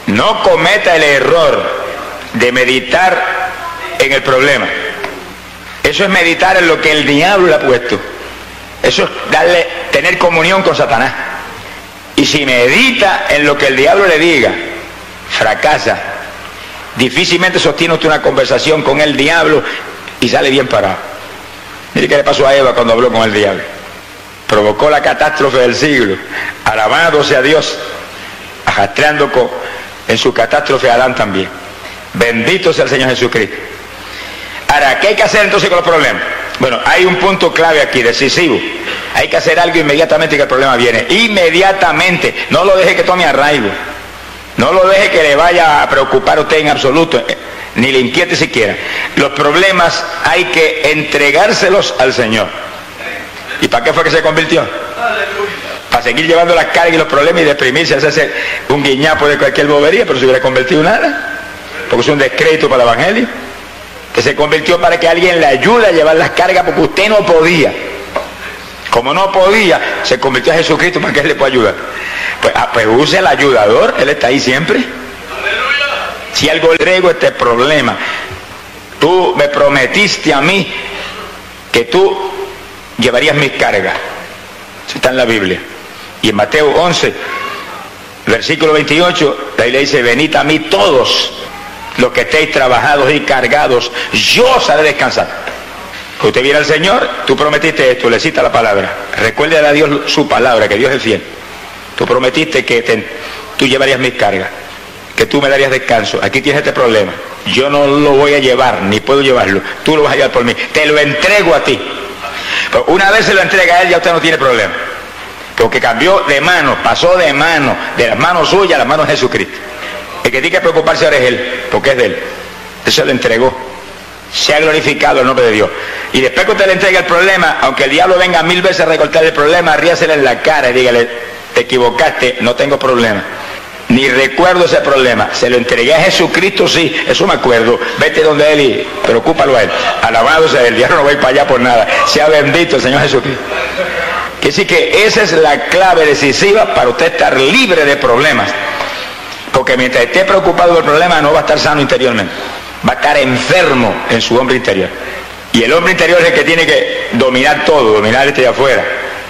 No cometa el error de meditar en el problema. Eso es meditar en lo que el diablo le ha puesto. Eso es tener comunión con Satanás. Y si medita en lo que el diablo le diga, fracasa. Difícilmente sostiene usted una conversación con el diablo y sale bien parado. Mire qué le pasó a Eva cuando habló con el diablo. Provocó la catástrofe del siglo. Alabado sea Dios, arrastrando en su catástrofe a Adán también. Bendito sea el Señor Jesucristo. Ahora, ¿qué hay que hacer entonces con los problemas? Bueno, hay un punto clave aquí, decisivo. Hay que hacer algo inmediatamente que el problema viene. Inmediatamente. No lo deje que tome arraigo. No lo deje que le vaya a preocupar a usted en absoluto, ni le inquiete siquiera. Los problemas hay que entregárselos al Señor. ¿Y para qué fue que se convirtió? Para seguir llevando las cargas y los problemas y deprimirse, hacerse un guiñapo de cualquier bobería, pero se hubiera convertido en nada. Porque es un descrédito para el Evangelio. Que se convirtió para que alguien le ayude a llevar las cargas porque usted no podía. Como no podía, se convirtió a Jesucristo para que Él le pueda ayudar. Pues use el ayudador, Él está ahí siempre. ¡Aleluya! Si algo le traigo este problema, tú me prometiste a mí que tú llevarías mis cargas. Eso está en la Biblia. Y en Mateo 11, versículo 28, la Biblia dice: venid a mí todos los que estéis trabajados y cargados, yo os haré descansar. Que usted viera al Señor, tú prometiste esto, le cita la palabra. Recuerde a Dios su palabra, que Dios es fiel. Tú prometiste que tú llevarías mis cargas, que tú me darías descanso. Aquí tienes este problema. Yo no lo voy a llevar, ni puedo llevarlo. Tú lo vas a llevar por mí. Te lo entrego a ti. Pero una vez se lo entrega a Él, ya usted no tiene problema. Porque cambió de mano, pasó de mano, de las manos suyas a las manos de Jesucristo. El que tiene que preocuparse ahora es Él, porque es de Él. Él se lo entregó. Se ha glorificado el nombre de Dios. Y después que usted le entrega el problema, aunque el diablo venga 1000 veces a recortar el problema, ríasele en la cara y dígale: te equivocaste, no tengo problema. Ni recuerdo ese problema. Se lo entregué a Jesucristo, sí, eso me acuerdo. Vete donde Él y preocúpalo a Él. Alabado sea el diablo, no va a ir para allá por nada. Sea bendito el Señor Jesucristo. Quiere decir que esa es la clave decisiva para usted estar libre de problemas. Porque mientras esté preocupado del problema, no va a estar sano interiormente. Va a estar enfermo en su hombre interior. Y el hombre interior es el que tiene que dominar todo, dominar este de afuera,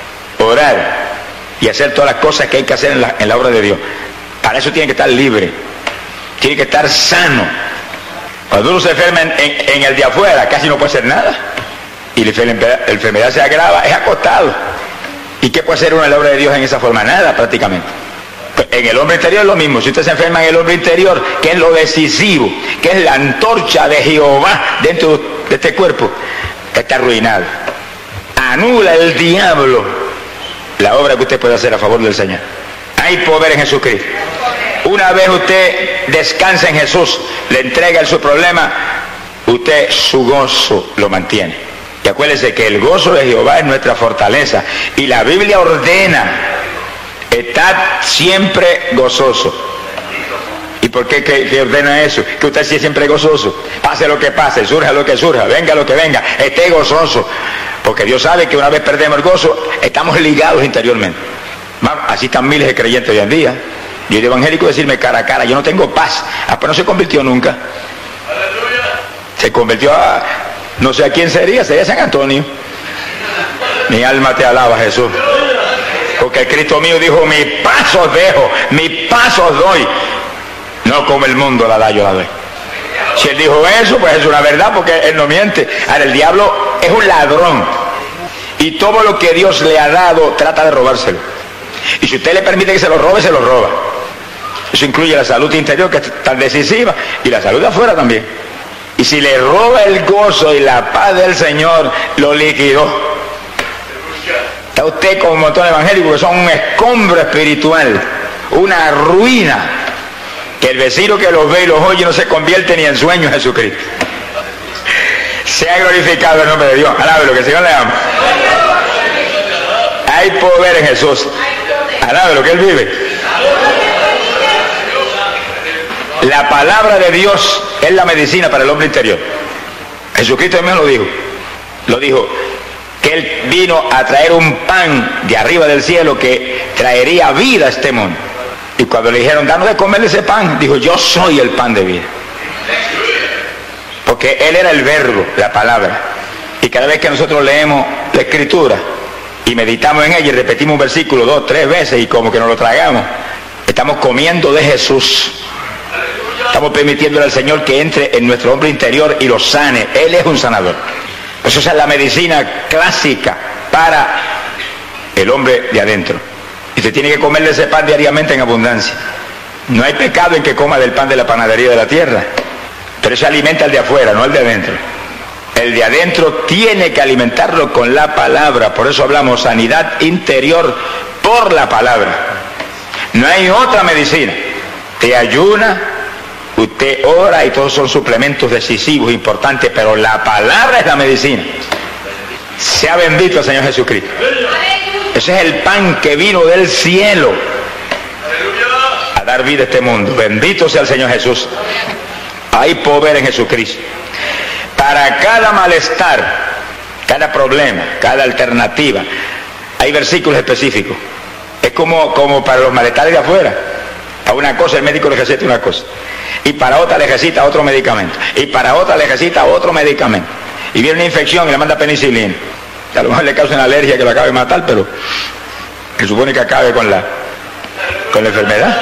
orar y hacer todas las cosas que hay que hacer en la obra de Dios. Para eso tiene que estar libre, tiene que estar sano. Cuando uno se enferma en el de afuera, casi no puede hacer nada. Y la enfermedad se agrava, es acostado. ¿Y qué puede hacer uno en la obra de Dios en esa forma? Nada, prácticamente. En el hombre interior es lo mismo. Si usted se enferma en el hombre interior, que es lo decisivo, que es la antorcha de Jehová dentro de este cuerpo, está arruinado. Anula el diablo la obra que usted puede hacer a favor del Señor. Hay poder en Jesucristo. Una vez usted descansa en Jesús, le entrega su problema, usted su gozo lo mantiene. Y acuérdese que el gozo de Jehová es nuestra fortaleza. Y la Biblia ordena: estad siempre gozoso. ¿Y por qué que ordena eso? Que usted sea siempre gozoso. Pase lo que pase, surja lo que surja, venga lo que venga, esté gozoso. Porque Dios sabe que una vez perdemos el gozo, estamos ligados interiormente. Así están miles de creyentes hoy en día. Yo de evangélico decirme cara a cara: yo no tengo paz. Pues no se convirtió nunca. Se convirtió a... no sé a quién sería San Antonio. Mi alma te alaba, Jesús. Porque el Cristo mío dijo: mi paz os dejo, mi paz os doy. No como el mundo la da, yo la doy. Si Él dijo eso, pues es una verdad, porque Él no miente. Ahora, el diablo es un ladrón. Y todo lo que Dios le ha dado, trata de robárselo. Y si usted le permite que se lo robe, se lo roba. Eso incluye la salud interior, que es tan decisiva, y la salud de afuera también. Y si le roba el gozo y la paz del Señor, lo liquidó. Está usted como un montón de evangélicos que son un escombro espiritual, una ruina, que el vecino que los ve y los oye no se convierte ni en sueño en Jesucristo. Sea glorificado el nombre de Dios. Alábelo, que el Señor le ama. Hay poder en Jesús. Alábelo, que Él vive. La palabra de Dios es la medicina para el hombre interior. Jesucristo también lo dijo, que Él vino a traer un pan de arriba del cielo que traería vida a este mundo. Y cuando le dijeron, danos de comer ese pan, dijo, yo soy el pan de vida. Porque él era el verbo, la palabra. Y cada vez que nosotros leemos la Escritura y meditamos en ella y repetimos un versículo 2, 3 veces y como que nos lo tragamos, estamos comiendo de Jesús. Estamos permitiéndole al Señor que entre en nuestro hombre interior y lo sane. Él es un sanador. Eso es la medicina clásica para el hombre de adentro. Y usted tiene que comerle ese pan diariamente en abundancia. No hay pecado en que coma del pan de la panadería de la tierra, pero se alimenta el de afuera, no el de adentro. El de adentro tiene que alimentarlo con la palabra. Por eso hablamos sanidad interior por la palabra. No hay otra medicina. Te ayuna, usted ora y todos son suplementos decisivos, importantes, pero la palabra es la medicina. Sea bendito el Señor Jesucristo. Ese es el pan que vino del cielo a dar vida a este mundo. Bendito sea el Señor Jesús. Hay poder en Jesucristo. Para cada malestar, cada problema, cada alternativa, hay versículos específicos. Es como para los malestares de afuera. Para una cosa el médico le receta una cosa, y para otra le receta otro medicamento, y para otra le receta otro medicamento. Y viene una infección y le manda penicilina. A lo mejor le causa una alergia que lo acabe de matar, pero se supone que acabe con la enfermedad.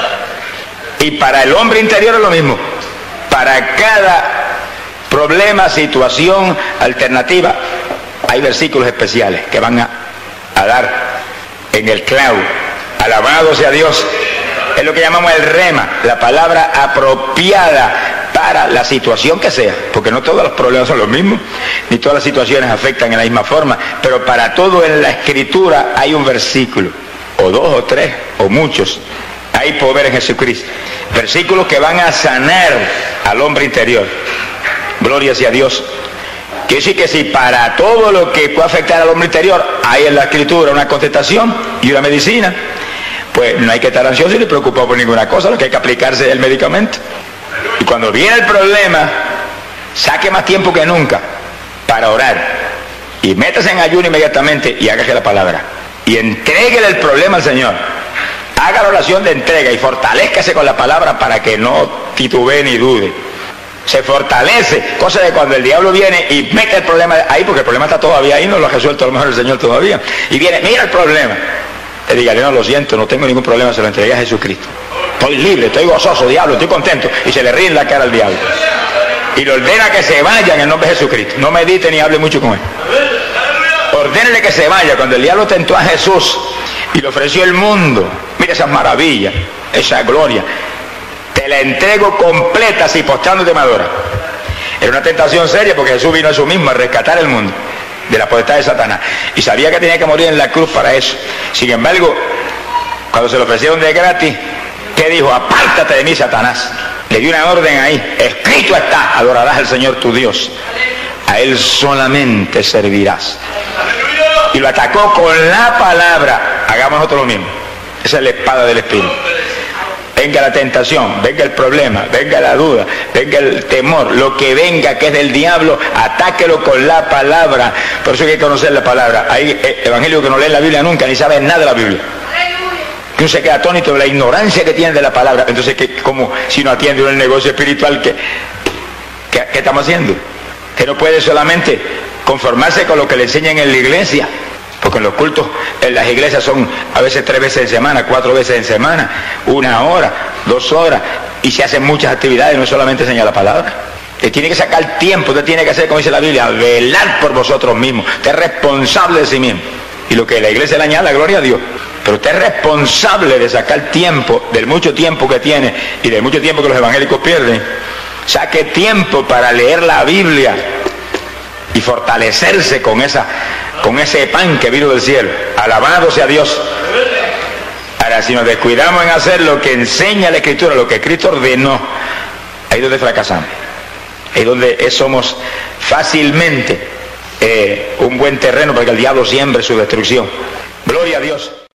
Y para el hombre interior es lo mismo. Para cada problema, situación, alternativa, hay versículos especiales que van a dar en el clavo. Alabado sea Dios. Es lo que llamamos el rema, la palabra apropiada para la situación que sea, porque no todos los problemas son los mismos, ni todas las situaciones afectan en la misma forma, pero para todo en la Escritura hay un versículo, o 2 o 3, o muchos. Hay poder en Jesucristo. Versículos que van a sanar al hombre interior. Gloria sea a Dios. Quiere decir que si para todo lo que puede afectar al hombre interior hay en la Escritura una contestación y una medicina, pues no hay que estar ansioso ni preocupado por ninguna cosa, lo que hay que aplicarse es el medicamento. Y cuando viene el problema, saque más tiempo que nunca para orar. Y métase en ayuno inmediatamente y hágase la palabra. Y entréguele el problema al Señor. Haga la oración de entrega y fortalézcase con la palabra para que no titubee ni dude. Se fortalece, cosa de cuando el diablo viene y mete el problema ahí, porque el problema está todavía ahí, no lo ha resuelto a lo mejor el Señor todavía. Y viene, mira el problema. Te diga, no, lo siento, no tengo ningún problema, se lo entregué a Jesucristo. Estoy libre, estoy gozoso, diablo, estoy contento. Y se le ríe en la cara al diablo. Y le ordena que se vaya en el nombre de Jesucristo. No medite ni hable mucho con él. Ordénele que se vaya. Cuando el diablo tentó a Jesús y le ofreció el mundo, mira esas maravillas, esa gloria, te la entrego completa si postrándote me adoras. Era una tentación seria porque Jesús vino a eso mismo, a rescatar el mundo de la potestad de Satanás, y sabía que tenía que morir en la cruz para eso. Sin embargo, cuando se lo ofrecieron de gratis, ¿qué dijo? Apártate de mí, Satanás. Le dio una orden ahí, escrito está, adorarás al Señor tu Dios, a Él solamente servirás. Y lo atacó con la palabra. Hagamos nosotros lo mismo. Esa es la espada del Espíritu. Venga la tentación, venga el problema, venga la duda, venga el temor, lo que venga que es del diablo, atáquelo con la palabra. Por eso hay que conocer la palabra. Hay evangelios que no leen la Biblia nunca, ni saben nada de la Biblia. Que uno se queda atónito de la ignorancia que tienen de la palabra. Entonces, ¿cómo si no atiende uno el negocio espiritual que estamos haciendo? Que no puede solamente conformarse con lo que le enseñan en la iglesia. Porque en los cultos, en las iglesias son a veces 3 veces en semana, 4 veces en semana, 1 hora, 2 horas, y se hacen muchas actividades, no solamente enseñar la palabra. Usted tiene que sacar tiempo, usted tiene que hacer, como dice la Biblia, velar por vosotros mismos. Usted es responsable de sí mismo. Y lo que la iglesia le añade, gloria a Dios. Pero usted es responsable de sacar tiempo, del mucho tiempo que tiene y del mucho tiempo que los evangélicos pierden. Saque tiempo para leer la Biblia y fortalecerse con ese pan que vino del cielo. Alabado sea Dios. Ahora, si nos descuidamos en hacer lo que enseña la Escritura, lo que Cristo ordenó, ahí es donde fracasamos. Ahí es donde somos fácilmente un buen terreno para que el diablo siembre su destrucción. Gloria a Dios.